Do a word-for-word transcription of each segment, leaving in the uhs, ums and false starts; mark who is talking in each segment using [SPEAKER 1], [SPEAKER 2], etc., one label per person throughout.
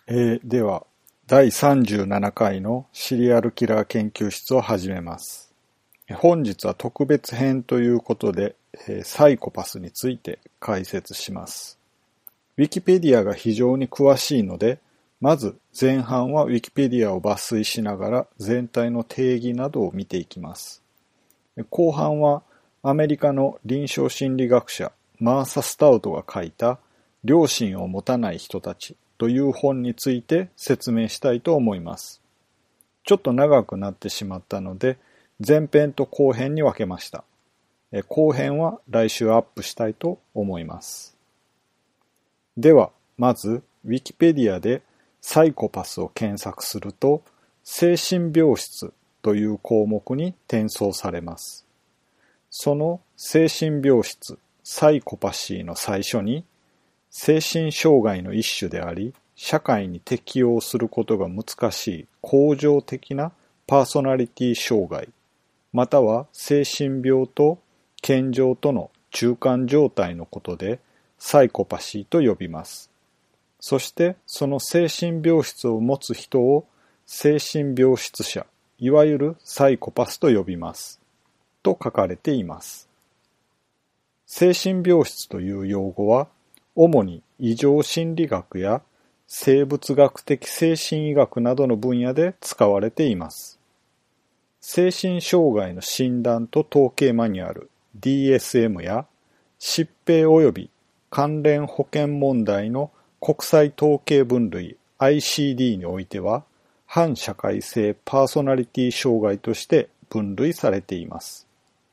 [SPEAKER 1] えーでは、だいさんじゅうななかいのシリアルキラー研究室を始めます。本日は特別編ということで、えーサイコパスについて解説します。ウィキペディアが非常に詳しいので、まず前半はウィキペディアを抜粋しながら全体の定義などを見ていきます。後半はアメリカの臨床心理学者マーサ・スタウトが書いた良心を持たない人たちという本について説明したいと思います。ちょっと長くなってしまったので前編と後編に分けました。後編は来週アップしたいと思います。ではまずウィキペディアでサイコパスを検索すると精神病室という項目に転送されます。その精神病室サイコパシーの最初に精神障害の一種であり社会に適応することが難しい恒常的なパーソナリティ障害または精神病と健常との中間状態のことでサイコパシーと呼びます。そしてその精神病室を持つ人を精神病室者いわゆるサイコパスと呼びます。と書かれています。精神病室という用語は、主に異常心理学や生物学的精神医学などの分野で使われています。精神障害の診断と統計マニュアル ディーエスエム や疾病及び関連保険問題の国際統計分類 アイシーディー においては、反社会性パーソナリティ障害として分類されています。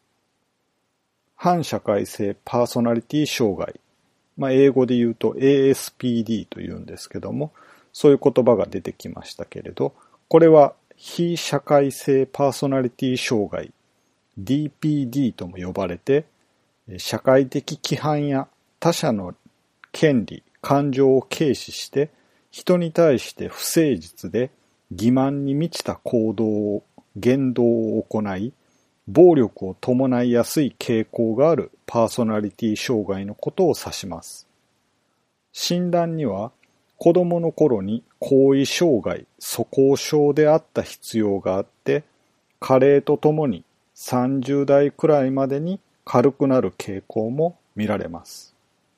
[SPEAKER 1] 反社会性パーソナリティ障害、まあ、英語で言うと エーエスピーディー というんですけども、そういう言葉が出てきましたけれど、これは非社会性パーソナリティ障害 ディーピーディー とも呼ばれて、社会的規範や他者の権利、感情を軽視して人に対して不誠実で欺瞞に満ちた行動を、言動を行い、暴力を伴いやすい傾向があるパーソナリティ障害のことを指します。診断には、子供の頃に行為障害、素行症であった必要があって、加齢とともにさんじゅうだいくらいまでに軽くなる傾向も見られます。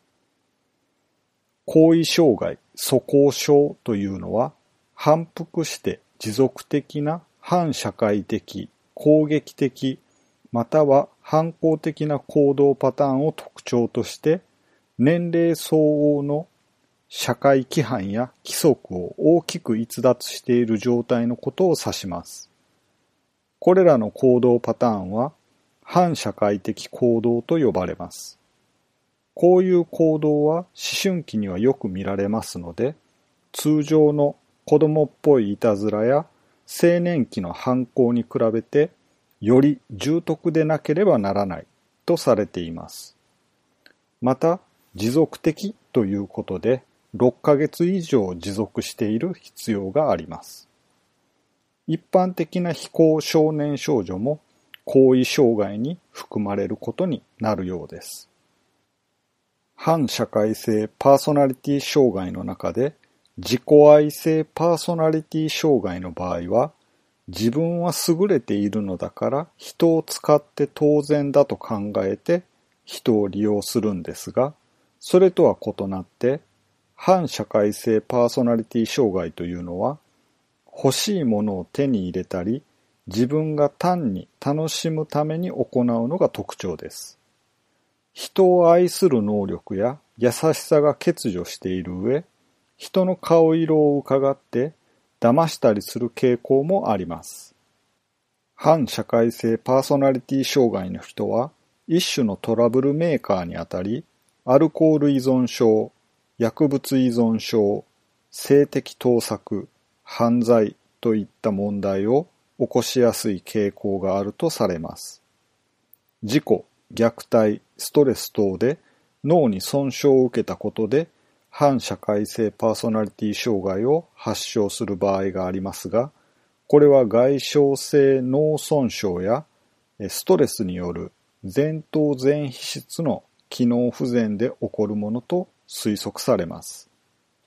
[SPEAKER 1] 行為障害、素行症というのは、反復して持続的な反社会的、攻撃的、または反抗的な行動パターンを特徴として、年齢相応の社会規範や規則を大きく逸脱している状態のことを指します。これらの行動パターンは、反社会的行動と呼ばれます。こういう行動は思春期にはよく見られますので、通常の子供っぽいいたずらや青年期の反抗に比べて、より重篤でなければならないとされています。また、持続的ということで、ろっかげつ以上持続している必要があります。一般的な非行少年少女も行為障害に含まれることになるようです。反社会性パーソナリティ障害の中で、自己愛性パーソナリティ障害の場合は、自分は優れているのだから人を使って当然だと考えて人を利用するんですが、それとは異なって反社会性パーソナリティ障害というのは欲しいものを手に入れたり自分が単に楽しむために行うのが特徴です。人を愛する能力や優しさが欠如している上、人の顔色を伺って騙したりする傾向もあります。反社会性パーソナリティ障害の人は一種のトラブルメーカーにあたり、アルコール依存症、薬物依存症、性的盗作、犯罪といった問題を起こしやすい傾向があるとされます。事故、虐待、ストレス等で脳に損傷を受けたことで反社会性パーソナリティ障害を発症する場合がありますが、これは外傷性脳損傷やストレスによる前頭前皮質の機能不全で起こるものと推測されます。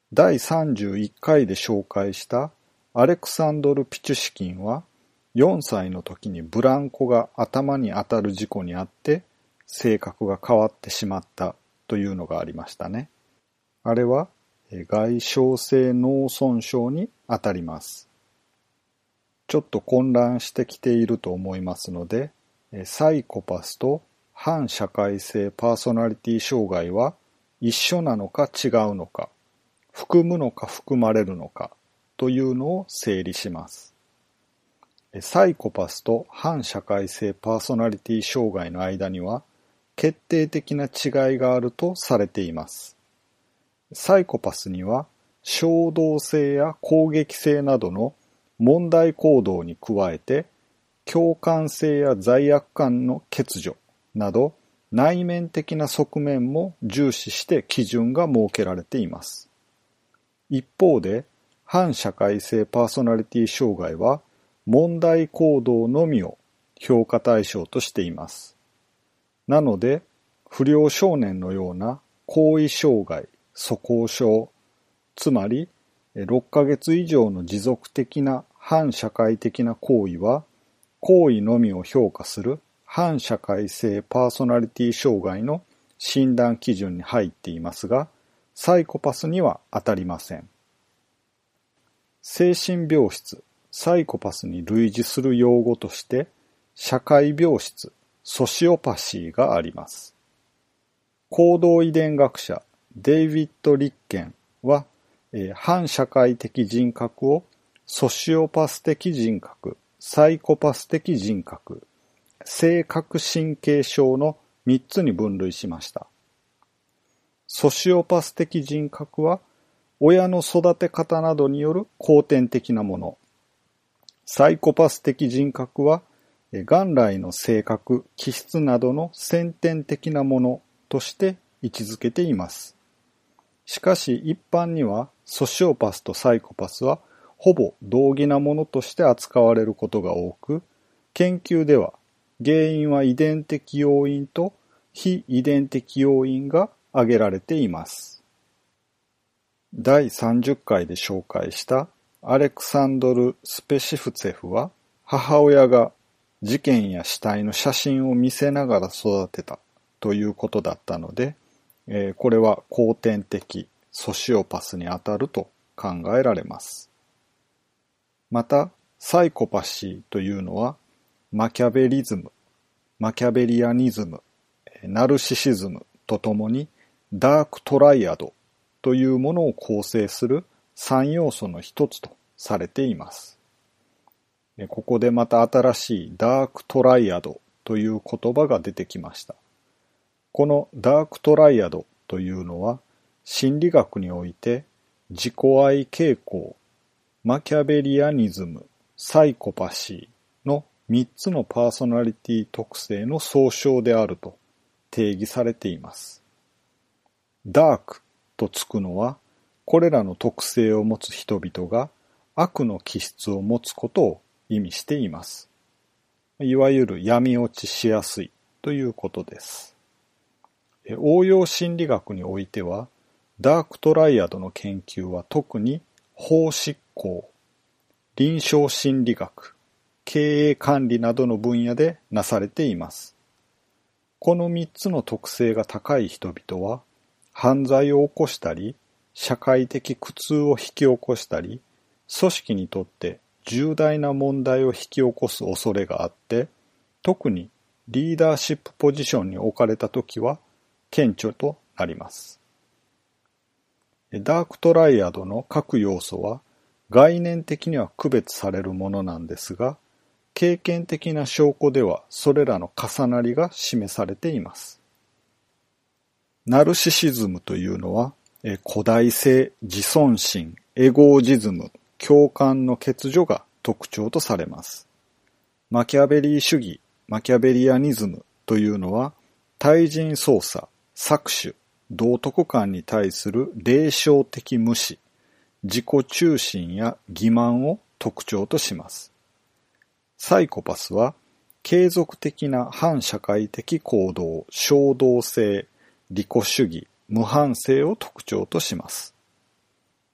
[SPEAKER 1] だいさんじゅういっかいで紹介したアレクサンドル・ピチュシキンはよんさいの時にブランコが頭に当たる事故にあって性格が変わってしまったというのがありましたね。あれは外傷性脳損傷にあたります。ちょっと混乱してきていると思いますので、サイコパスと反社会性パーソナリティ障害は一緒なのか違うのか、含むのか含まれるのかというのを整理します。サイコパスと反社会性パーソナリティ障害の間には決定的な違いがあるとされています。サイコパスには衝動性や攻撃性などの問題行動に加えて共感性や罪悪感の欠如など内面的な側面も重視して基準が設けられています。一方で反社会性パーソナリティ障害は問題行動のみを評価対象としています。なので不良少年のような行為障害、素行症、つまりろっかげつ以上の持続的な反社会的な行為は行為のみを評価する反社会性パーソナリティ障害の診断基準に入っていますが、サイコパスには当たりません。精神病質、サイコパスに類似する用語として社会病質、ソシオパシーがあります。行動遺伝学者デイビッド・リッケンは、えー、反社会的人格をソシオパス的人格、サイコパス的人格、性格神経症のみっつに分類しました。ソシオパス的人格は親の育て方などによる後天的なもの。サイコパス的人格は元来の性格、気質などの先天的なものとして位置づけています。しかし一般にはソシオパスとサイコパスはほぼ同義なものとして扱われることが多く、研究では原因は遺伝的要因と非遺伝的要因が挙げられています。だいさんじゅっかいで紹介したアレクサンドル・スペシフツェフは母親が事件や死体の写真を見せながら育てたということだったので、えー、これは後天的ソシオパスにあたると考えられます。また、サイコパシーというのはマキャベリズム、マキャベリアニズム、ナルシシズムとともにダークトライアドというものを構成するさん要素の一つとされています。ここでまた新しいダークトライアドという言葉が出てきました。このダークトライアドというのは心理学において自己愛傾向、マキャベリアニズム、サイコパシーのみっつのパーソナリティ特性の総称であると定義されています。ダークとつくのはこれらの特性を持つ人々が悪の気質を持つことを意味しています。いわゆる闇落ちしやすいということです。応用心理学においては、ダークトライアドの研究は特に法執行、臨床心理学、経営管理などの分野でなされています。このみっつの特性が高い人々は、犯罪を起こしたり、社会的苦痛を引き起こしたり、組織にとって重大な問題を引き起こす恐れがあって、特にリーダーシップポジションに置かれたときは顕著となります。ダークトライアドの各要素は概念的には区別されるものなんですが、経験的な証拠ではそれらの重なりが示されています。ナルシシズムというのは、古代性、自尊心、エゴージズム、共感の欠如が特徴とされます。マキャベリー主義、マキャベリアニズムというのは、対人操作、搾取、道徳観に対する霊障的無視、自己中心や欺瞞を特徴とします。サイコパスは、継続的な反社会的行動、衝動性、利己主義、無反省を特徴とします。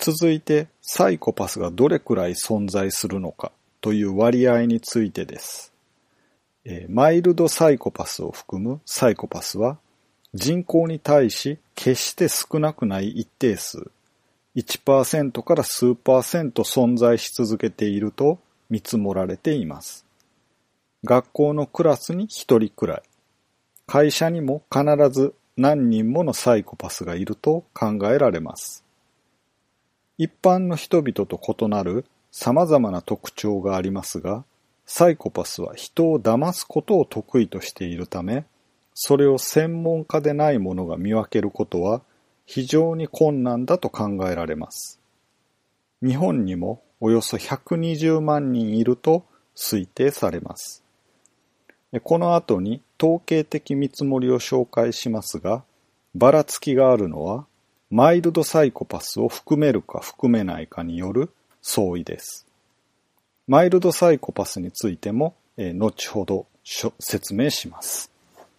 [SPEAKER 1] 続いて、サイコパスがどれくらい存在するのかという割合についてです。えー、マイルドサイコパスを含むサイコパスは、人口に対し決して少なくない一定数、いちパーセント から数パーセント存在し続けていると見積もられています。学校のクラスにひとりくらい、会社にも必ず何人ものサイコパスがいると考えられます。一般の人々と異なる様々な特徴がありますが、サイコパスは人を騙すことを得意としているため、それを専門家でない者が見分けることは非常に困難だと考えられます。日本にもおよそひゃくにじゅうまんにんいると推定されます。この後に統計的見積もりを紹介しますが、ばらつきがあるのは、マイルドサイコパスを含めるか含めないかによる相違です。マイルドサイコパスについても、えー、後ほど説明します。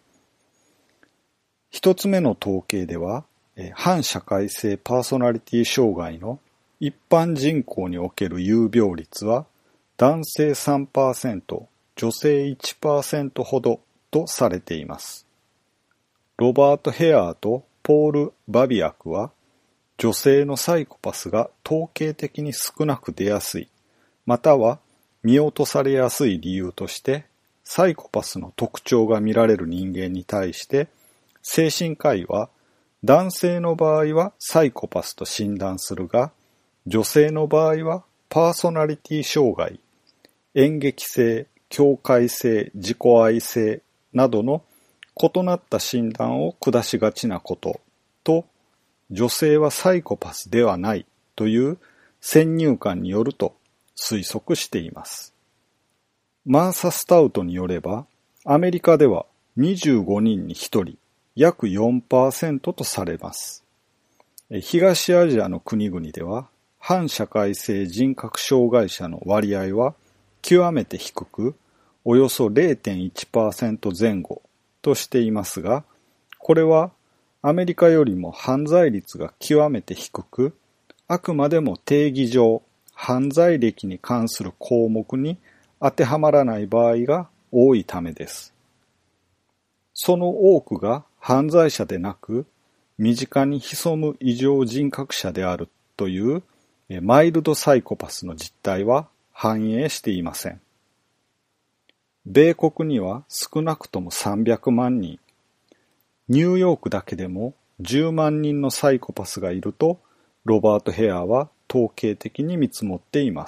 [SPEAKER 1] 一つ目の統計では、えー、反社会性パーソナリティ障害の一般人口における有病率は男性 さんパーセント、女性 いちパーセント ほどとされています。ロバート・ヘアーとポール・バビアクは、女性のサイコパスが統計的に少なく出やすい、または見落とされやすい理由として、サイコパスの特徴が見られる人間に対して、精神科医は男性の場合はサイコパスと診断するが、女性の場合はパーソナリティ障害、演劇性、境界性、自己愛性などの異なった診断を下しがちなことと、女性はサイコパスではないという先入観によると推測しています。マーサ・スタウトによれば、アメリカではにじゅうごにんにひとり、約 よんパーセント とされます。東アジアの国々では、反社会性人格障害者の割合は極めて低く、およそ れいてんいちパーセント 前後としていますが、これはアメリカよりも犯罪率が極めて低く、あくまでも定義上、犯罪歴に関する項目に当てはまらない場合が多いためです。その多くが犯罪者でなく、身近に潜む異常人格者であるというマイルドサイコパスの実態は反映していません。米国には少なくともさんびゃくまんにん、ニューヨークだけでもじゅうまんにんのサイコパスがいるとロバート・ヘアは統計的に見積もっています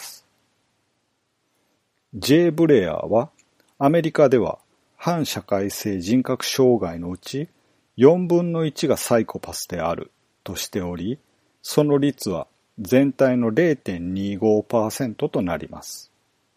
[SPEAKER 1] 。J. ブレアはアメリカでは反社会性人格障害のうちよんぶんのいちがサイコパスであるとしており、その率は全体の れいてんにごパーセント となります。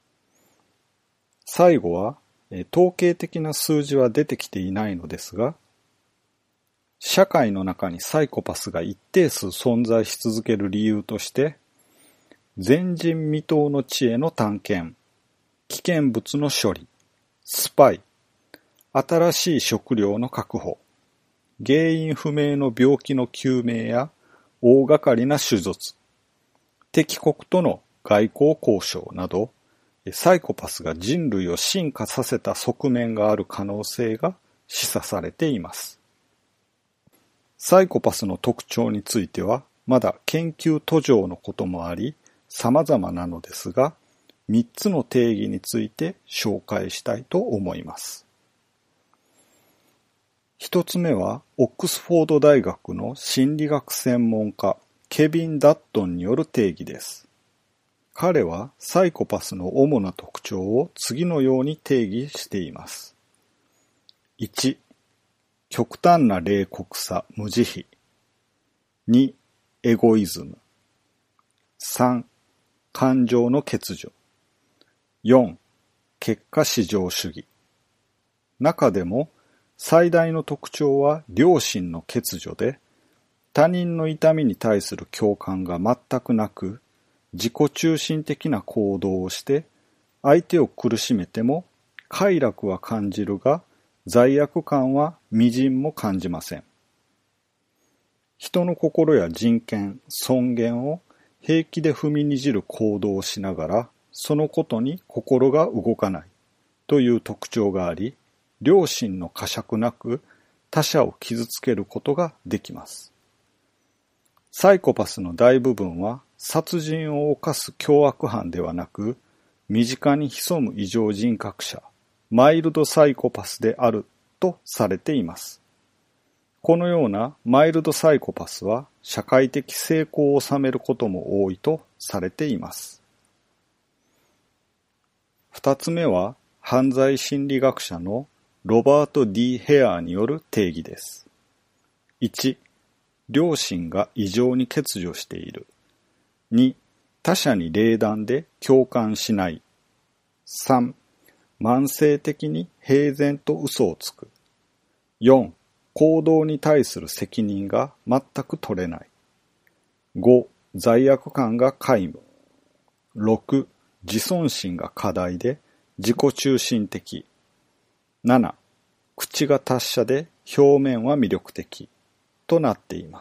[SPEAKER 1] 最後は、統計的な数字は出てきていないのですが、社会の中にサイコパスが一定数存在し続ける理由として、前人未到の地への探検、危険物の処理、スパイ、新しい食料の確保、原因不明の病気の救命や大掛かりな手術、敵国との外交交渉など、サイコパスが人類を進化させた側面がある可能性が示唆されています。サイコパスの特徴については、まだ研究途上のこともあり、様々なのですが、みっつの定義について紹介したいと思います。一つ目は、オックスフォード大学の心理学専門家、ケビン・ダットンによる定義です。彼はサイコパスの主な特徴を次のように定義しています。いち、極端な冷酷さ、無慈悲。に、エゴイズム。さん、感情の欠如。よん、結果至上主義。中でも最大の特徴は良心の欠如で、他人の痛みに対する共感が全くなく、自己中心的な行動をして、相手を苦しめても快楽は感じるが、罪悪感は微塵も感じません。人の心や人権、尊厳を平気で踏みにじる行動をしながら、そのことに心が動かないという特徴があり、良心の呵責なく他者を傷つけることができます。サイコパスの大部分は殺人を犯す凶悪犯ではなく、身近に潜む異常人格者、マイルドサイコパスであるとされています。このようなマイルドサイコパスは社会的成功を収めることも多いとされています。二つ目は犯罪心理学者のロバート・ディ・ヘアーによる定義です。いち、良心が異常に欠如している。に、他者に冷淡で共感しない。さん、慢性的に平然と嘘をつく。よん、行動に対する責任が全く取れない。ご、罪悪感が皆無。ろく、自尊心が過大で自己中心的。なな、口が達者で表面は魅力的となっています。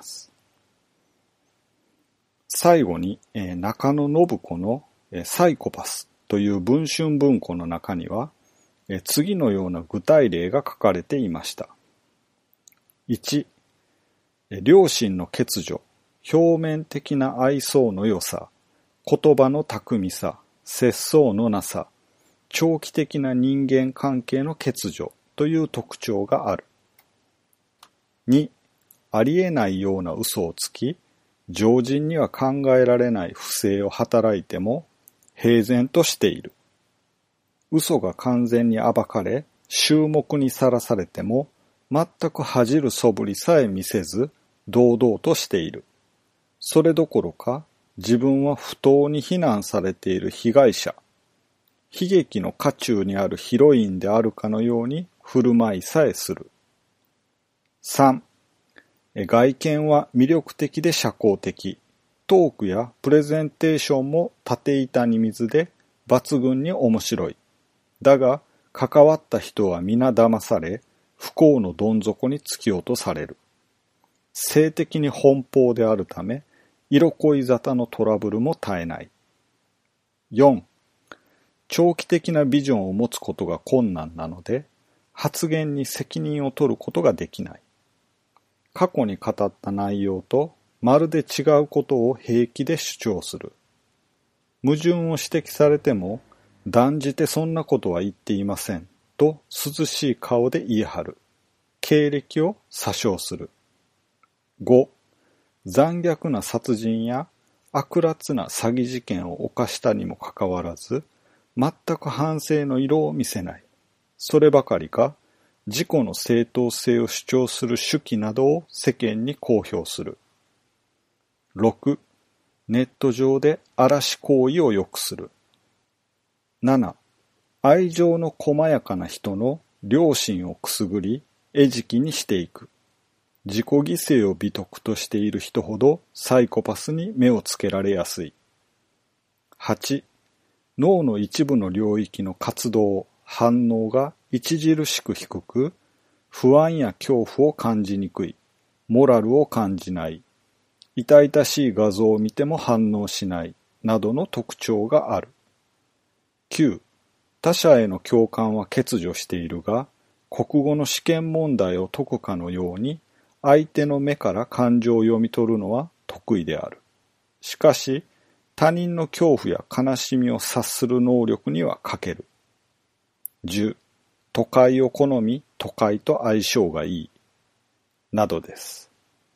[SPEAKER 1] 最後に、えー、中野信子の、えー、サイコパスという文春文庫の中には、えー、次のような具体例が書かれていました。いち、えー、良心の欠如、表面的な愛想の良さ、言葉の巧みさ、節操のなさ、長期的な人間関係の欠如という特徴がある。に、ありえないような嘘をつき、常人には考えられない不正を働いても平然としている。嘘が完全に暴かれ、衆目にさらされても全く恥じる素振りさえ見せず堂々としている。それどころか自分は不当に非難されている被害者、悲劇の渦中にあるヒロインであるかのように振る舞いさえする。さん、外見は魅力的で社交的。トークやプレゼンテーションも縦板に水で抜群に面白い。だが、関わった人は皆騙され、不幸のどん底に突き落とされる。性的に奔放であるため、色恋沙汰のトラブルも絶えない。よん、長期的なビジョンを持つことが困難なので、発言に責任を取ることができない。過去に語った内容とまるで違うことを平気で主張する。矛盾を指摘されても、断じてそんなことは言っていませんと涼しい顔で言い張る。経歴を詐称する。ご、残虐な殺人や悪辣な詐欺事件を犯したにもかかわらず、全く反省の色を見せない。そればかりか、自己の正当性を主張する手記などを世間に公表する。ろく、ネット上で嵐行為を良くする。なな、愛情の細やかな人の良心をくすぐり、餌食にしていく。自己犠牲を美徳としている人ほどサイコパスに目をつけられやすい。はち、脳の一部の領域の活動、反応が著しく低く、不安や恐怖を感じにくい、モラルを感じない、痛々しい画像を見ても反応しない、などの特徴がある。きゅう、他者への共感は欠如しているが、国語の試験問題を解くかのように、相手の目から感情を読み取るのは得意である。しかし、他人の恐怖や悲しみを察する能力には欠ける。じゅう、都会を好み、都会と相性がいい。などです。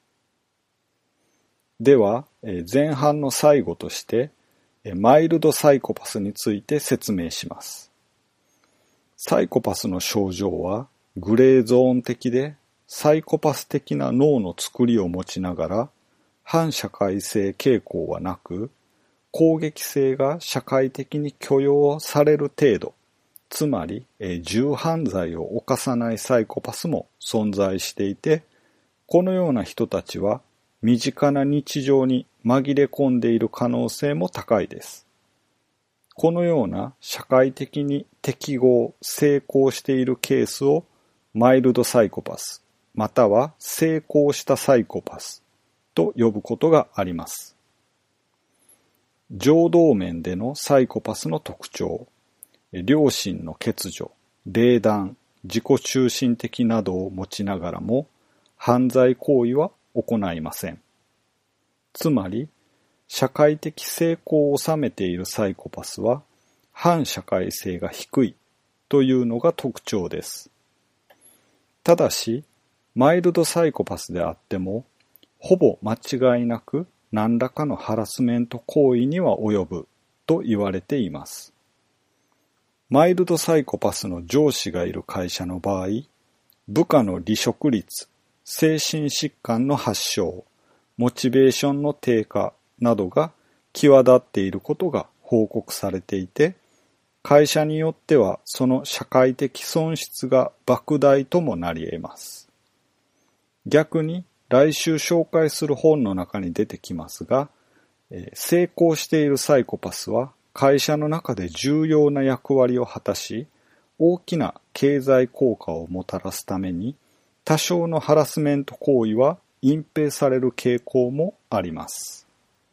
[SPEAKER 1] では、前半の最後として、マイルドサイコパスについて説明します。サイコパスの症状は、グレーゾーン的で、サイコパス的な脳の作りを持ちながら、反社会性傾向はなく、攻撃性が社会的に許容される程度、つまり、重犯罪を犯さないサイコパスも存在していて、このような人たちは身近な日常に紛れ込んでいる可能性も高いです。このような社会的に適合、成功しているケースをマイルドサイコパス、または成功したサイコパスと呼ぶことがあります。 情動面でのサイコパスの特徴、良心の欠如、冷淡、自己中心的などを持ちながらも犯罪行為は行いません。つまり、社会的成功を収めているサイコパスは反社会性が低いというのが特徴です。ただし、マイルドサイコパスであっても、ほぼ間違いなく何らかのハラスメント行為には及ぶと言われています。マイルドサイコパスの上司がいる会社の場合、部下の離職率、精神疾患の発症、モチベーションの低下などが際立っていることが報告されていて、会社によってはその社会的損失が莫大ともなり得ます。逆に来週紹介する本の中に出てきますが、えー、成功しているサイコパスは会社の中で重要な役割を果たし、大きな経済効果をもたらすために多少のハラスメント行為は隠蔽される傾向もあります。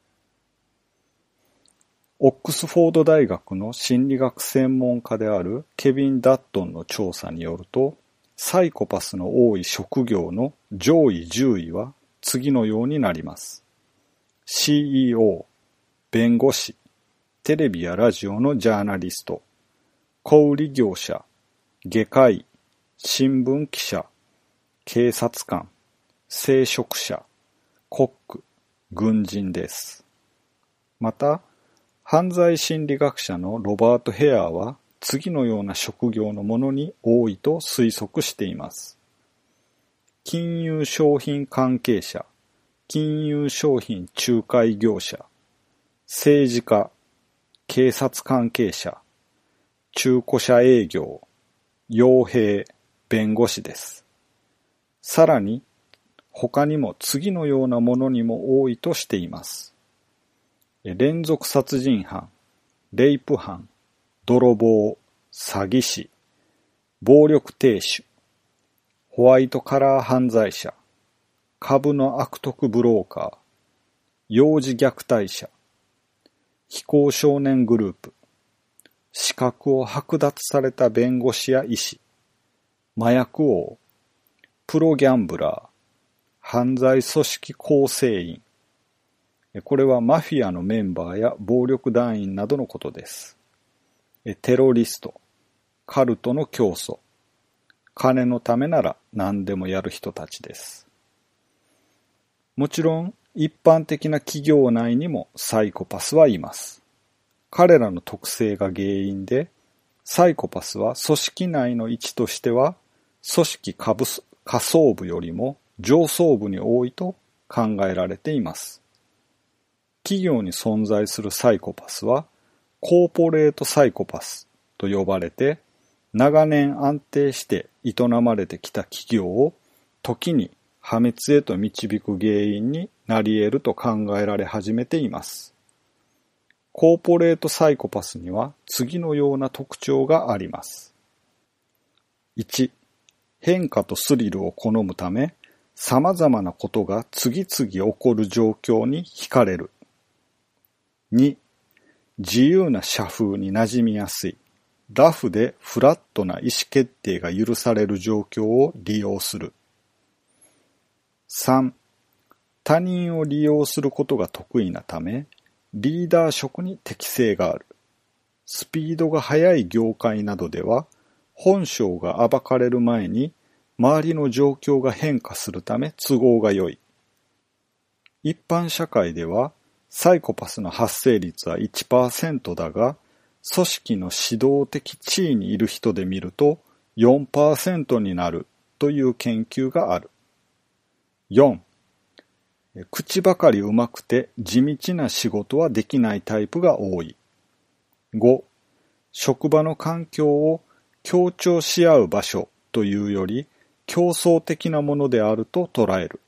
[SPEAKER 1] オックスフォード大学の心理学専門家であるケビン・ダットンの調査によると、サイコパスの多い職業の上位じゅういは次のようになります。シーイーオー、弁護士、テレビやラジオのジャーナリスト、小売業者、外科医、新聞記者、警察官、聖職者、コック、軍人です。また、犯罪心理学者のロバート・ヘアーは次のような職業のものに多いと推測しています。金融商品関係者、金融商品仲介業者、政治家、警察関係者、中古車営業、傭兵、弁護士です。さらに、他にも次のようなものにも多いとしています。連続殺人犯、レイプ犯、泥棒、詐欺師、暴力亭主、ホワイトカラー犯罪者、株の悪徳ブローカー、幼児虐待者、非行少年グループ、資格を剥奪された弁護士や医師、麻薬王、プロギャンブラー、犯罪組織構成員、これはマフィアのメンバーや暴力団員などのことです。テロリスト、カルトの教祖、金のためなら何でもやる人たちです。もちろん一般的な企業内にもサイコパスはいます。彼らの特性が原因で、サイコパスは組織内の位置としては、組織下部下層部よりも上層部に多いと考えられています。企業に存在するサイコパスはコーポレートサイコパスと呼ばれて、長年安定して営まれてきた企業を時に破滅へと導く原因になり得ると考えられ始めています。コーポレートサイコパスには次のような特徴があります。いち、変化とスリルを好むため、様々なことが次々起こる状況に惹かれる。に、自由な社風に馴染みやすい、ラフでフラットな意思決定が許される状況を利用する。さん、他人を利用することが得意なため、リーダー職に適性がある。スピードが速い業界などでは、本性が暴かれる前に、周りの状況が変化するため都合が良い。一般社会では、サイコパスの発生率はいちパーセントだが、組織の指導的地位にいる人で見ると よんパーセント になるという研究がある。よん、口ばかりうまくて地道な仕事はできないタイプが多い。ご、職場の環境を協調し合う場所というより競争的なものであると捉える。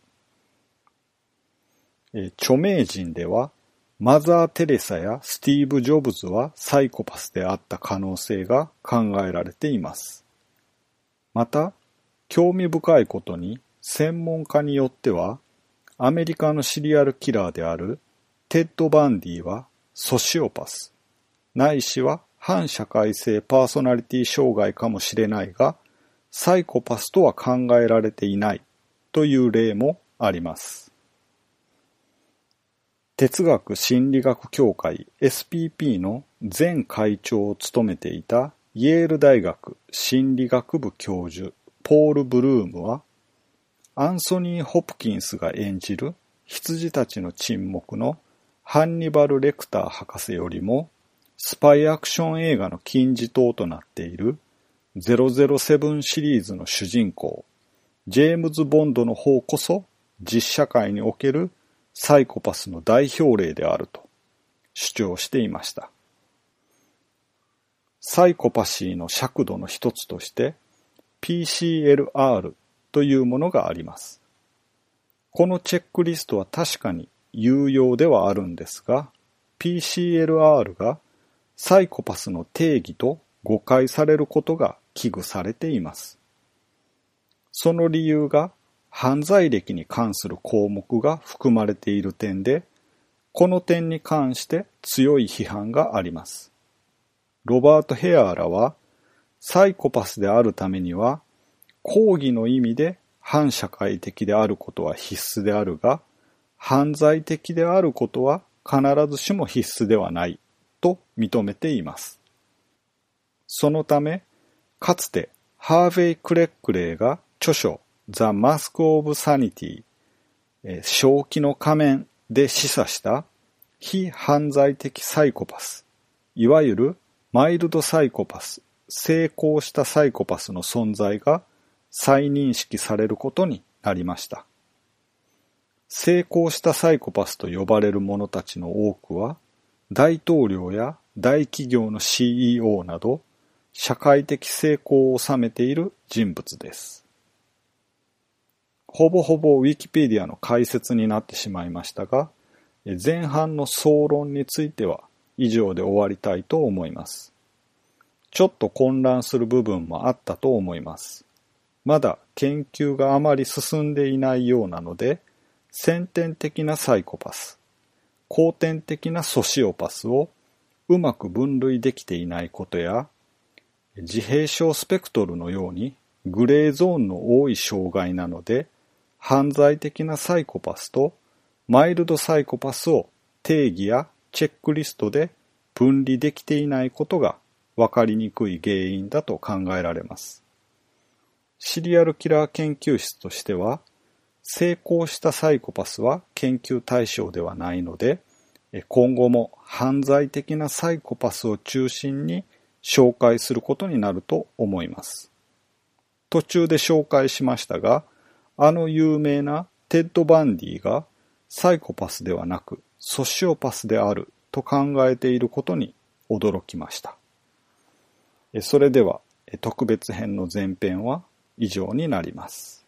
[SPEAKER 1] 著名人ではマザー・テレサやスティーブ・ジョブズはサイコパスであった可能性が考えられています。また、興味深いことに専門家によっては、アメリカのシリアルキラーであるテッド・バンディはソシオパス、ないしは反社会性パーソナリティ障害かもしれないが、サイコパスとは考えられていないという例もあります。哲学心理学協会 エスピーピー の前会長を務めていたイェール大学心理学部教授ポール・ブルームは、アンソニー・ホプキンスが演じる羊たちの沈黙のハンニバル・レクター博士よりも、スパイアクション映画の金字塔となっているゼロゼロセブンシリーズの主人公、ジェームズ・ボンドの方こそ実社会におけるサイコパスの代表例であると主張していました。サイコパシーの尺度の一つとして ピーシーエルアール というものがあります。このチェックリストは確かに有用ではあるんですが、ピーシーエルアール がサイコパスの定義と誤解されることが危惧されています。その理由が犯罪歴に関する項目が含まれている点で、この点に関して強い批判があります。ロバート・ヘアーらは、サイコパスであるためには、講義の意味で反社会的であることは必須であるが、犯罪的であることは必ずしも必須ではないと認めています。そのため、かつてハーヴェイ・クレックレーが著書The Mask of Sanity、正気の仮面で示唆した非犯罪的サイコパス、いわゆるマイルドサイコパス、成功したサイコパスの存在が再認識されることになりました。成功したサイコパスと呼ばれる者たちの多くは、大統領や大企業の シーイーオー など、社会的成功を収めている人物です。ほぼほぼウィキペディアの解説になってしまいましたが、前半の総論については以上で終わりたいと思います。ちょっと混乱する部分もあったと思います。まだ研究があまり進んでいないようなので、先天的なサイコパス、後天的なソシオパスをうまく分類できていないことや、自閉症スペクトルのようにグレーゾーンの多い障害なので、犯罪的なサイコパスとマイルドサイコパスを定義やチェックリストで分離できていないことが分かりにくい原因だと考えられます。シリアルキラー研究室としては、成功したサイコパスは研究対象ではないので、今後も犯罪的なサイコパスを中心に紹介することになると思います。途中で紹介しましたが、あの有名なテッド・バンディがサイコパスではなくソシオパスであると考えていることに驚きました。それでは特別編の前編は以上になります。